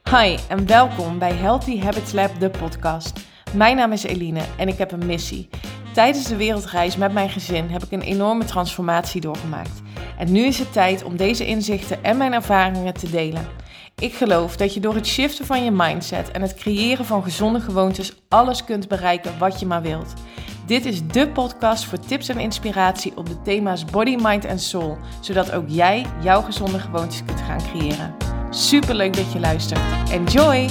Hi en welkom bij Healthy Habits Lab, de podcast. Mijn naam is Eline en ik heb een missie. Tijdens de wereldreis met mijn gezin heb ik een enorme transformatie doorgemaakt. En nu is het tijd om deze inzichten en mijn ervaringen te delen. Ik geloof dat je door het shiften van je mindset en het creëren van gezonde gewoontes alles kunt bereiken wat je maar wilt. Dit is dé podcast voor tips en inspiratie op de thema's body, mind en soul, zodat ook jij jouw gezonde gewoontes kunt gaan creëren. Super leuk dat je luistert. Enjoy!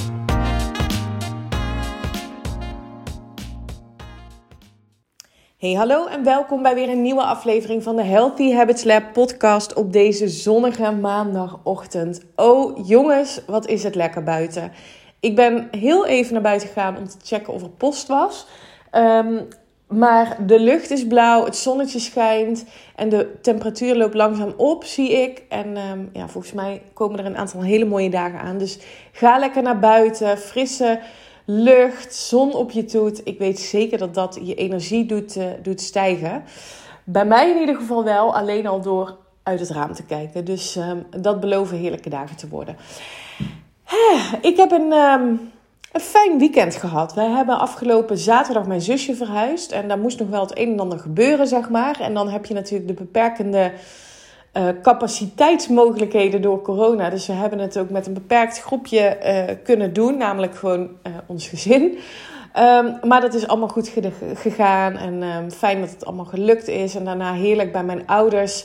Hey, hallo en welkom bij weer een nieuwe aflevering van de Healthy Habits Lab podcast op deze zonnige maandagochtend. Oh jongens, wat is het lekker buiten. Ik ben heel even naar buiten gegaan om te checken of er post was. Maar de lucht is blauw, het zonnetje schijnt en de temperatuur loopt langzaam op, zie ik. En volgens mij komen er een aantal hele mooie dagen aan. Dus ga lekker naar buiten, frisse lucht, zon op je toet. Ik weet zeker dat dat je energie doet stijgen. Bij mij in ieder geval wel, alleen al door uit het raam te kijken. Dus dat beloven heerlijke dagen te worden. Ik heb een fijn weekend gehad. Wij hebben afgelopen zaterdag mijn zusje verhuisd. En daar moest nog wel het een en ander gebeuren, zeg maar. En dan heb je natuurlijk de beperkende capaciteitsmogelijkheden door corona. Dus we hebben het ook met een beperkt groepje kunnen doen. Namelijk gewoon ons gezin. Maar dat is allemaal goed gegaan. En fijn dat het allemaal gelukt is. En daarna heerlijk bij mijn ouders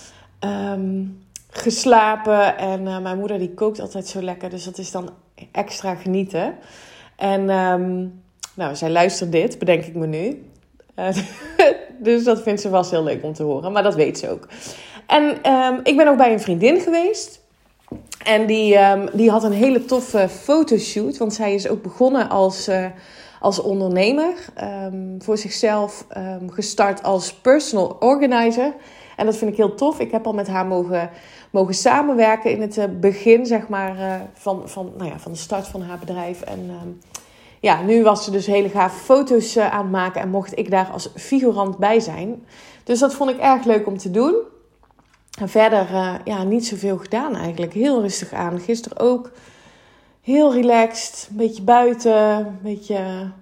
geslapen. En mijn moeder die kookt altijd zo lekker. Dus dat is dan extra genieten. En zij luistert dit, bedenk ik me nu. Dus dat vindt ze vast heel leuk om te horen. Maar dat weet ze ook. En ik ben ook bij een vriendin geweest. En die had een hele toffe fotoshoot. Want zij is ook begonnen als ondernemer. Voor zichzelf gestart als personal organizer. En dat vind ik heel tof. Ik heb al met haar mogen samenwerken in het begin, zeg maar, van de start van haar bedrijf. En nu was ze dus hele gave foto's aan het maken en mocht ik daar als figurant bij zijn. Dus dat vond ik erg leuk om te doen. En verder niet zoveel gedaan eigenlijk. Heel rustig aan. Gisteren ook heel relaxed. Een beetje buiten. Een beetje,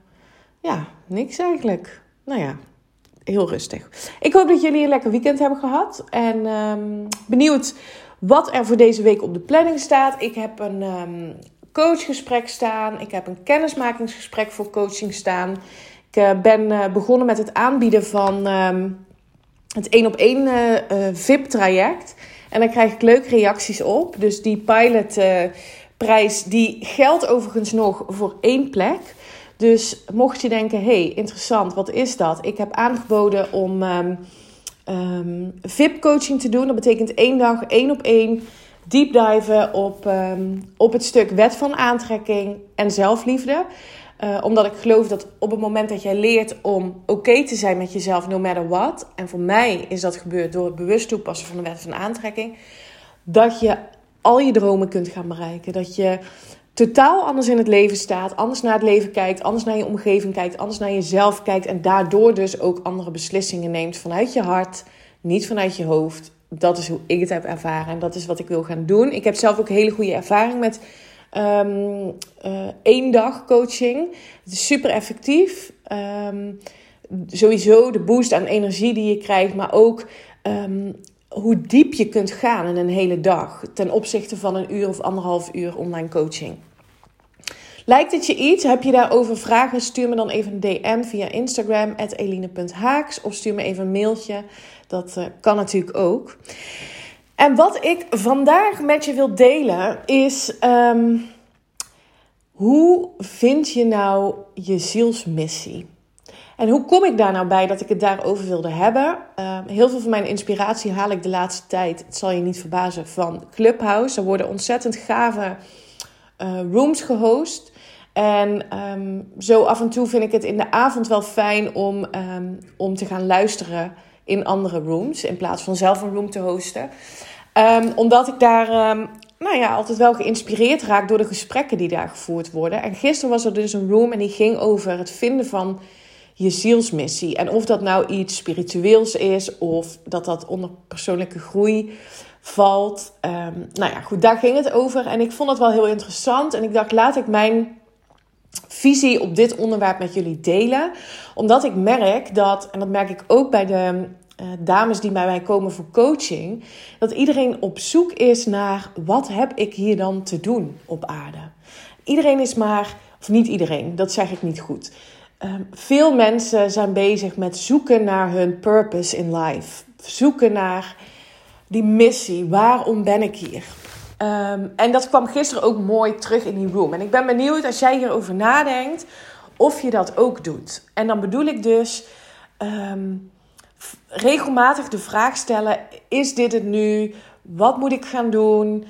niks eigenlijk. Heel rustig. Ik hoop dat jullie een lekker weekend hebben gehad. En benieuwd wat er voor deze week op de planning staat. Ik heb een coachgesprek staan. Ik heb een kennismakingsgesprek voor coaching staan. Ik ben begonnen met het aanbieden van het 1-op-1 VIP-traject. En daar krijg ik leuke reacties op. Dus die pilotprijs die geldt overigens nog voor 1 plek. Dus mocht je denken, hey, interessant, wat is dat? Ik heb aangeboden om VIP-coaching te doen. Dat betekent 1 dag, 1-op-1, deep diven op het stuk wet van aantrekking en zelfliefde. Omdat ik geloof dat op het moment dat jij leert om oké te zijn met jezelf, no matter what. En voor mij is dat gebeurd door het bewust toepassen van de wet van aantrekking. Dat je al je dromen kunt gaan bereiken. Dat je totaal anders in het leven staat, anders naar het leven kijkt, anders naar je omgeving kijkt, anders naar jezelf kijkt en daardoor dus ook andere beslissingen neemt vanuit je hart, niet vanuit je hoofd. Dat is hoe ik het heb ervaren en dat is wat ik wil gaan doen. Ik heb zelf ook hele goede ervaring met 1 dag coaching. Het is super effectief. Sowieso de boost aan energie die je krijgt, maar ook hoe diep je kunt gaan in een hele dag ten opzichte van 1 uur of 1,5 uur online coaching. Lijkt het je iets? Heb je daarover vragen? Stuur me dan even een DM via Instagram @eline.haaks of stuur me even een mailtje. Dat kan natuurlijk ook. En wat ik vandaag met je wil delen is hoe vind je nou je zielsmissie? En hoe kom ik daar nou bij dat ik het daarover wilde hebben? Heel veel van mijn inspiratie haal ik de laatste tijd, het zal je niet verbazen, van Clubhouse. Er worden ontzettend gave rooms gehost. En zo af en toe vind ik het in de avond wel fijn om te gaan luisteren in andere rooms. In plaats van zelf een room te hosten. Omdat ik daar altijd wel geïnspireerd raak door de gesprekken die daar gevoerd worden. En gisteren was er dus een room en die ging over het vinden van je zielsmissie. En of dat nou iets spiritueels is of dat onder persoonlijke groei valt. Nou ja, goed, daar ging het over. En ik vond het wel heel interessant. En ik dacht, laat ik mijn visie op dit onderwerp met jullie delen. Omdat ik merk dat, en dat merk ik ook bij de dames die bij mij komen voor coaching, dat iedereen op zoek is naar, wat heb ik hier dan te doen op aarde? Iedereen is maar, of niet iedereen, dat zeg ik niet goed. Veel mensen zijn bezig met zoeken naar hun purpose in life. Zoeken naar die missie. Waarom ben ik hier? En dat kwam gisteren ook mooi terug in die room. En ik ben benieuwd, als jij hierover nadenkt, of je dat ook doet. En dan bedoel ik dus regelmatig de vraag stellen, is dit het nu? Wat moet ik gaan doen?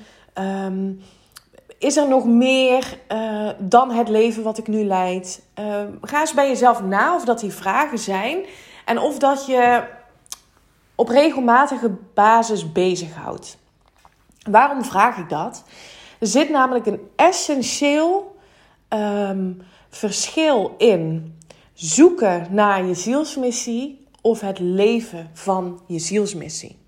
Is er nog meer dan het leven wat ik nu leid? Ga eens bij jezelf na of dat die vragen zijn. En of dat je op regelmatige basis bezighoudt. Waarom vraag ik dat? Er zit namelijk een essentieel verschil in zoeken naar je zielsmissie of het leven van je zielsmissie.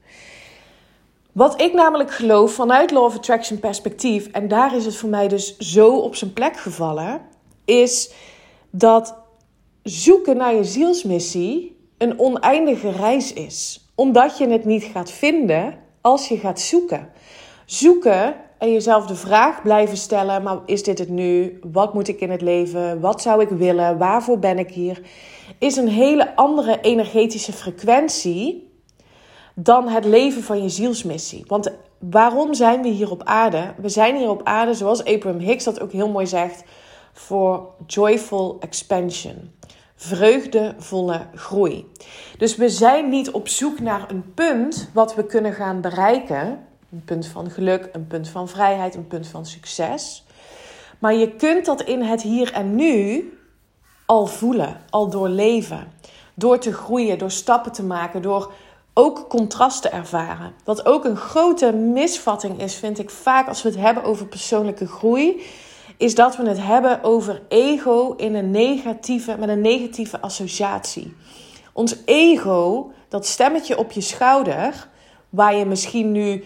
Wat ik namelijk geloof vanuit Law of Attraction perspectief, en daar is het voor mij dus zo op zijn plek gevallen, is dat zoeken naar je zielsmissie een oneindige reis is. Omdat je het niet gaat vinden als je gaat zoeken. Zoeken en jezelf de vraag blijven stellen, maar is dit het nu? Wat moet ik in het leven? Wat zou ik willen? Waarvoor ben ik hier? Is een hele andere energetische frequentie dan het leven van je zielsmissie. Want waarom zijn we hier op aarde? We zijn hier op aarde, zoals Abraham Hicks dat ook heel mooi zegt, voor joyful expansion. Vreugdevolle groei. Dus we zijn niet op zoek naar een punt wat we kunnen gaan bereiken. Een punt van geluk, een punt van vrijheid, een punt van succes. Maar je kunt dat in het hier en nu al voelen, al doorleven. Door te groeien, door stappen te maken, door ook contrast te ervaren. Wat ook een grote misvatting is, vind ik vaak als we het hebben over persoonlijke groei, is dat we het hebben over ego met een negatieve associatie. Ons ego, dat stemmetje op je schouder, waar je misschien nu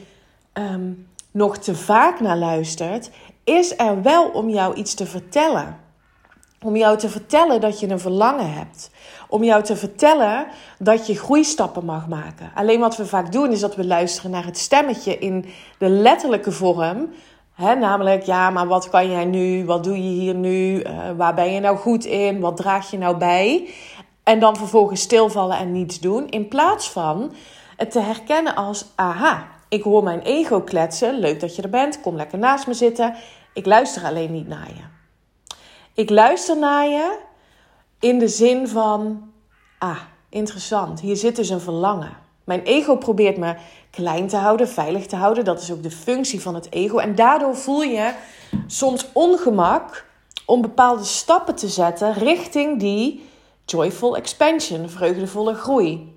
nog te vaak naar luistert, is er wel om jou iets te vertellen. Om jou te vertellen dat je een verlangen hebt. Om jou te vertellen dat je groeistappen mag maken. Alleen wat we vaak doen is dat we luisteren naar het stemmetje in de letterlijke vorm. Namelijk, ja, maar wat kan jij nu? Wat doe je hier nu? Waar ben je nou goed in? Wat draag je nou bij? En dan vervolgens stilvallen en niets doen. In plaats van het te herkennen als, aha, ik hoor mijn ego kletsen. Leuk dat je er bent. Kom lekker naast me zitten. Ik luister alleen niet naar je. Ik luister naar je in de zin van, interessant, hier zit dus een verlangen. Mijn ego probeert me klein te houden, veilig te houden. Dat is ook de functie van het ego. En daardoor voel je soms ongemak om bepaalde stappen te zetten richting die joyful expansion, vreugdevolle groei.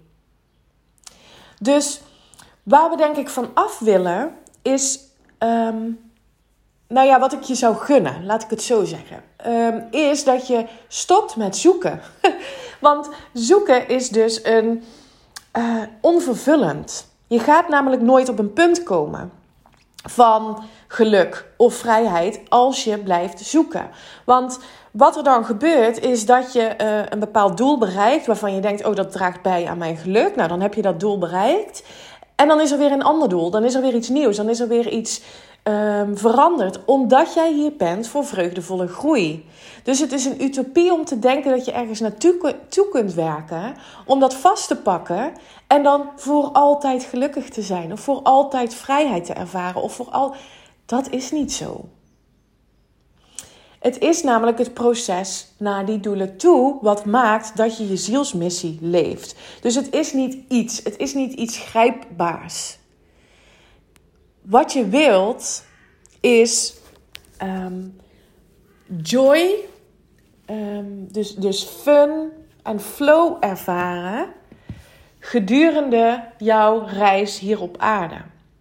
Dus waar we denk ik van af willen is, wat ik je zou gunnen, laat ik het zo zeggen, is dat je stopt met zoeken. Want zoeken is dus onvervullend. Je gaat namelijk nooit op een punt komen van geluk of vrijheid als je blijft zoeken. Want wat er dan gebeurt is dat je een bepaald doel bereikt waarvan je denkt, oh, dat draagt bij aan mijn geluk. Nou, dan heb je dat doel bereikt. En dan is er weer een ander doel. Dan is er weer iets nieuws. Dan is er weer iets veranderd. Omdat jij hier bent voor vreugdevolle groei. Dus het is een utopie om te denken dat je ergens naartoe kunt werken. Om dat vast te pakken. En dan voor altijd gelukkig te zijn. Of voor altijd vrijheid te ervaren. Of dat is niet zo. Het is namelijk het proces naar die doelen toe wat maakt dat je je zielsmissie leeft. Dus het is niet iets grijpbaars. Wat je wilt is joy, dus fun en flow ervaren gedurende jouw reis hier op aarde.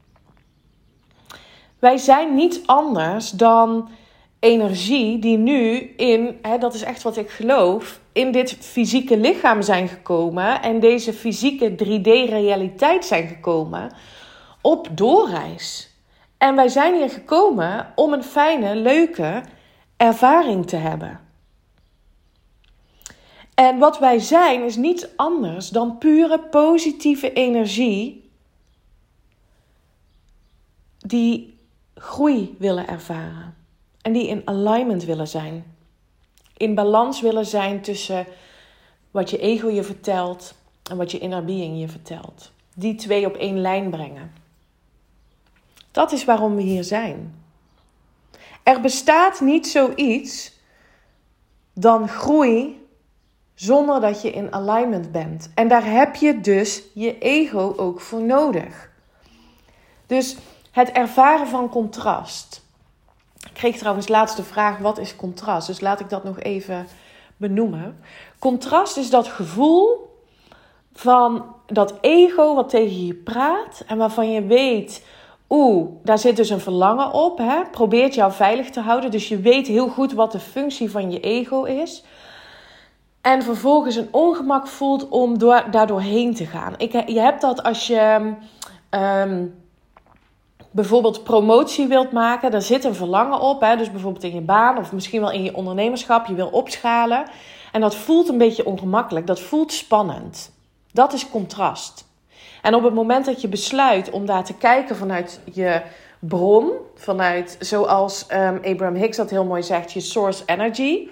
Wij zijn niets anders dan energie die nu dat is echt wat ik geloof, in dit fysieke lichaam zijn gekomen en deze fysieke 3D-realiteit zijn gekomen op doorreis. En wij zijn hier gekomen om een fijne, leuke ervaring te hebben. En wat wij zijn is niets anders dan pure positieve energie die groei willen ervaren. En die in alignment willen zijn. In balans willen zijn tussen wat je ego je vertelt en wat je inner being je vertelt. Die twee op één lijn brengen. Dat is waarom we hier zijn. Er bestaat niet zoiets dan groei zonder dat je in alignment bent. En daar heb je dus je ego ook voor nodig. Dus het ervaren van contrast. Ik kreeg trouwens laatst de vraag, wat is contrast? Dus laat ik dat nog even benoemen. Contrast is dat gevoel van dat ego wat tegen je praat en waarvan je weet, daar zit dus een verlangen op. Probeert jou veilig te houden. Dus je weet heel goed wat de functie van je ego is. En vervolgens een ongemak voelt om daardoor heen te gaan. Je hebt dat als je bijvoorbeeld promotie wilt maken. Daar zit een verlangen op. Dus bijvoorbeeld in je baan of misschien wel in je ondernemerschap. Je wil opschalen. En dat voelt een beetje ongemakkelijk. Dat voelt spannend. Dat is contrast. En op het moment dat je besluit om daar te kijken vanuit je bron. Vanuit, zoals Abraham Hicks dat heel mooi zegt, je source energy.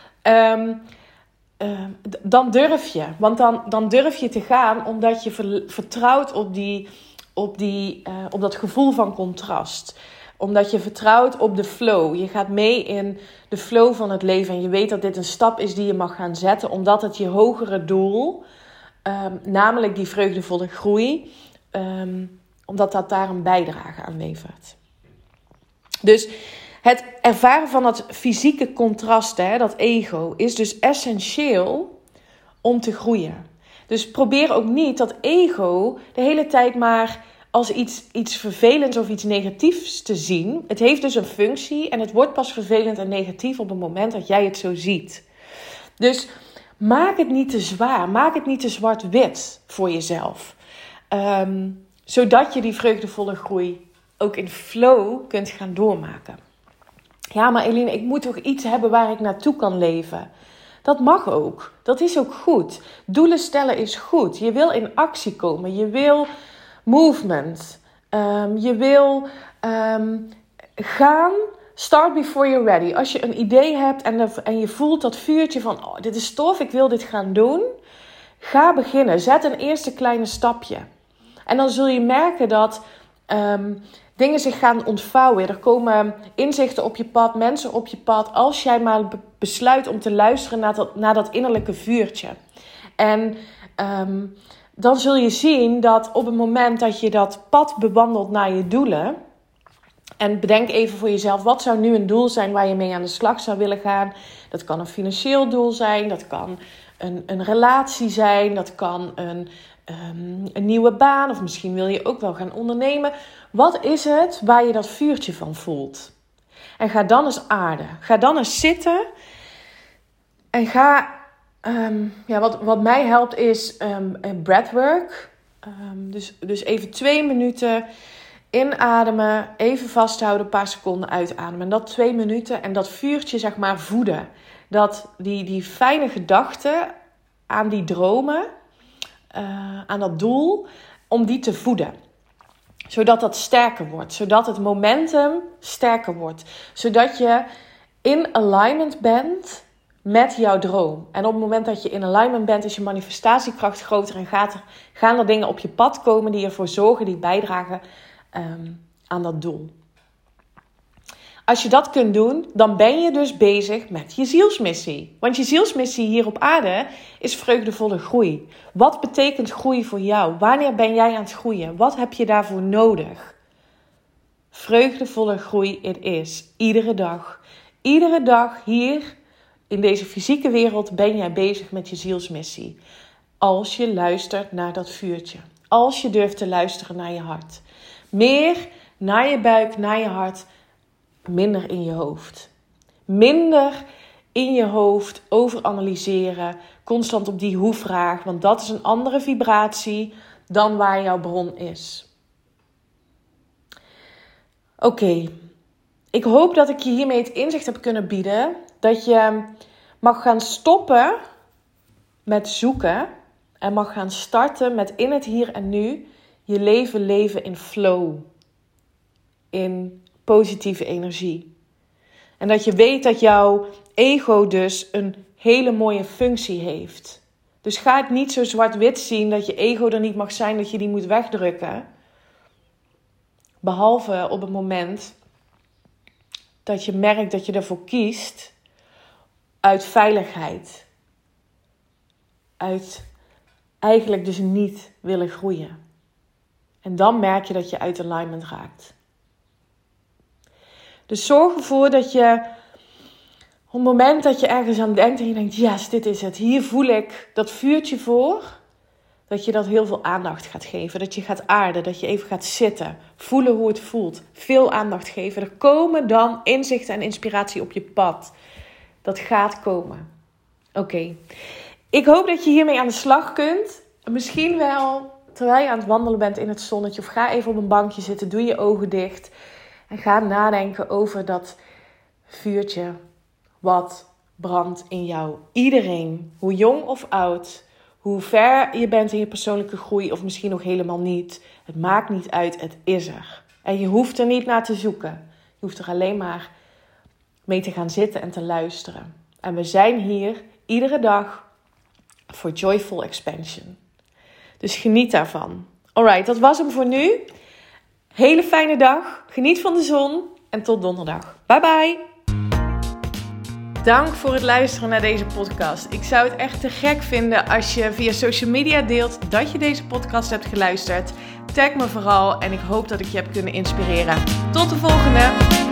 Dan durf je. Want dan durf je te gaan omdat je vertrouwt op dat gevoel van contrast. Omdat je vertrouwt op de flow. Je gaat mee in de flow van het leven. En je weet dat dit een stap is die je mag gaan zetten. Omdat het je hogere doel, namelijk die vreugdevolle groei, omdat dat daar een bijdrage aan levert. Dus het ervaren van dat fysieke contrast, dat ego, is dus essentieel om te groeien. Dus probeer ook niet dat ego de hele tijd maar als iets vervelends of iets negatiefs te zien. Het heeft dus een functie en het wordt pas vervelend en negatief op het moment dat jij het zo ziet. Dus maak het niet te zwaar, maak het niet te zwart-wit voor jezelf. Zodat je die vreugdevolle groei ook in flow kunt gaan doormaken. Ja, maar Eline, ik moet toch iets hebben waar ik naartoe kan leven. Dat mag ook. Dat is ook goed. Doelen stellen is goed. Je wil in actie komen. Je wil movement. Je wil gaan. Start before you're ready. Als je een idee hebt en je voelt dat vuurtje van, dit is tof, ik wil dit gaan doen. Ga beginnen. Zet een eerste kleine stapje. En dan zul je merken dat dingen zich gaan ontvouwen. Er komen inzichten op je pad, mensen op je pad. Als jij maar besluit om te luisteren naar dat innerlijke vuurtje. En dan zul je zien dat op het moment dat je dat pad bewandelt naar je doelen. En bedenk even voor jezelf, wat zou nu een doel zijn waar je mee aan de slag zou willen gaan? Dat kan een financieel doel zijn, dat kan een relatie zijn, dat kan een nieuwe baan of misschien wil je ook wel gaan ondernemen. Wat is het waar je dat vuurtje van voelt? En ga dan eens aarden. Ga dan eens zitten en ga, wat mij helpt is breathwork. Dus even 2 minuten inademen, even vasthouden, een paar seconden uitademen. En dat 2 minuten en dat vuurtje zeg maar voeden. Dat die fijne gedachten aan die dromen, aan dat doel, om die te voeden. Zodat dat sterker wordt. Zodat het momentum sterker wordt. Zodat je in alignment bent met jouw droom. En op het moment dat je in alignment bent, is je manifestatiekracht groter. En gaan er dingen op je pad komen die ervoor zorgen, die bijdragen aan dat doel. Als je dat kunt doen, dan ben je dus bezig met je zielsmissie. Want je zielsmissie hier op aarde is vreugdevolle groei. Wat betekent groei voor jou? Wanneer ben jij aan het groeien? Wat heb je daarvoor nodig? Vreugdevolle groei it is. Iedere dag. Iedere dag hier in deze fysieke wereld ben jij bezig met je zielsmissie. Als je luistert naar dat vuurtje. Als je durft te luisteren naar je hart. Meer naar je buik, naar je hart. Minder in je hoofd. Minder in je hoofd overanalyseren, constant op die hoe-vraag, want dat is een andere vibratie dan waar jouw bron is. Oké. Ik hoop dat ik je hiermee het inzicht heb kunnen bieden dat je mag gaan stoppen met zoeken en mag gaan starten met in het hier en nu je leven in flow, in positieve energie. En dat je weet dat jouw ego dus een hele mooie functie heeft. Dus ga het niet zo zwart-wit zien dat je ego er niet mag zijn, dat je die moet wegdrukken. Behalve op het moment dat je merkt dat je ervoor kiest uit veiligheid. Uit eigenlijk dus niet willen groeien. En dan merk je dat je uit alignment raakt. Dus zorg ervoor dat je op het moment dat je ergens aan denkt en je denkt, yes, dit is het. Hier voel ik dat vuurtje voor. Dat je dat heel veel aandacht gaat geven. Dat je gaat aarden. Dat je even gaat zitten. Voelen hoe het voelt. Veel aandacht geven. Er komen dan inzichten en inspiratie op je pad. Dat gaat komen. Oké. Ik hoop dat je hiermee aan de slag kunt. Misschien wel terwijl je aan het wandelen bent in het zonnetje. Of ga even op een bankje zitten. Doe je ogen dicht. En ga nadenken over dat vuurtje wat brandt in jou. Iedereen, hoe jong of oud, hoe ver je bent in je persoonlijke groei of misschien nog helemaal niet. Het maakt niet uit, het is er. En je hoeft er niet naar te zoeken. Je hoeft er alleen maar mee te gaan zitten en te luisteren. En we zijn hier iedere dag voor Joyful Expansion. Dus geniet daarvan. Alright, dat was hem voor nu. Hele fijne dag. Geniet van de zon. En tot donderdag. Bye bye. Dank voor het luisteren naar deze podcast. Ik zou het echt te gek vinden als je via social media deelt dat je deze podcast hebt geluisterd. Tag me vooral en ik hoop dat ik je heb kunnen inspireren. Tot de volgende!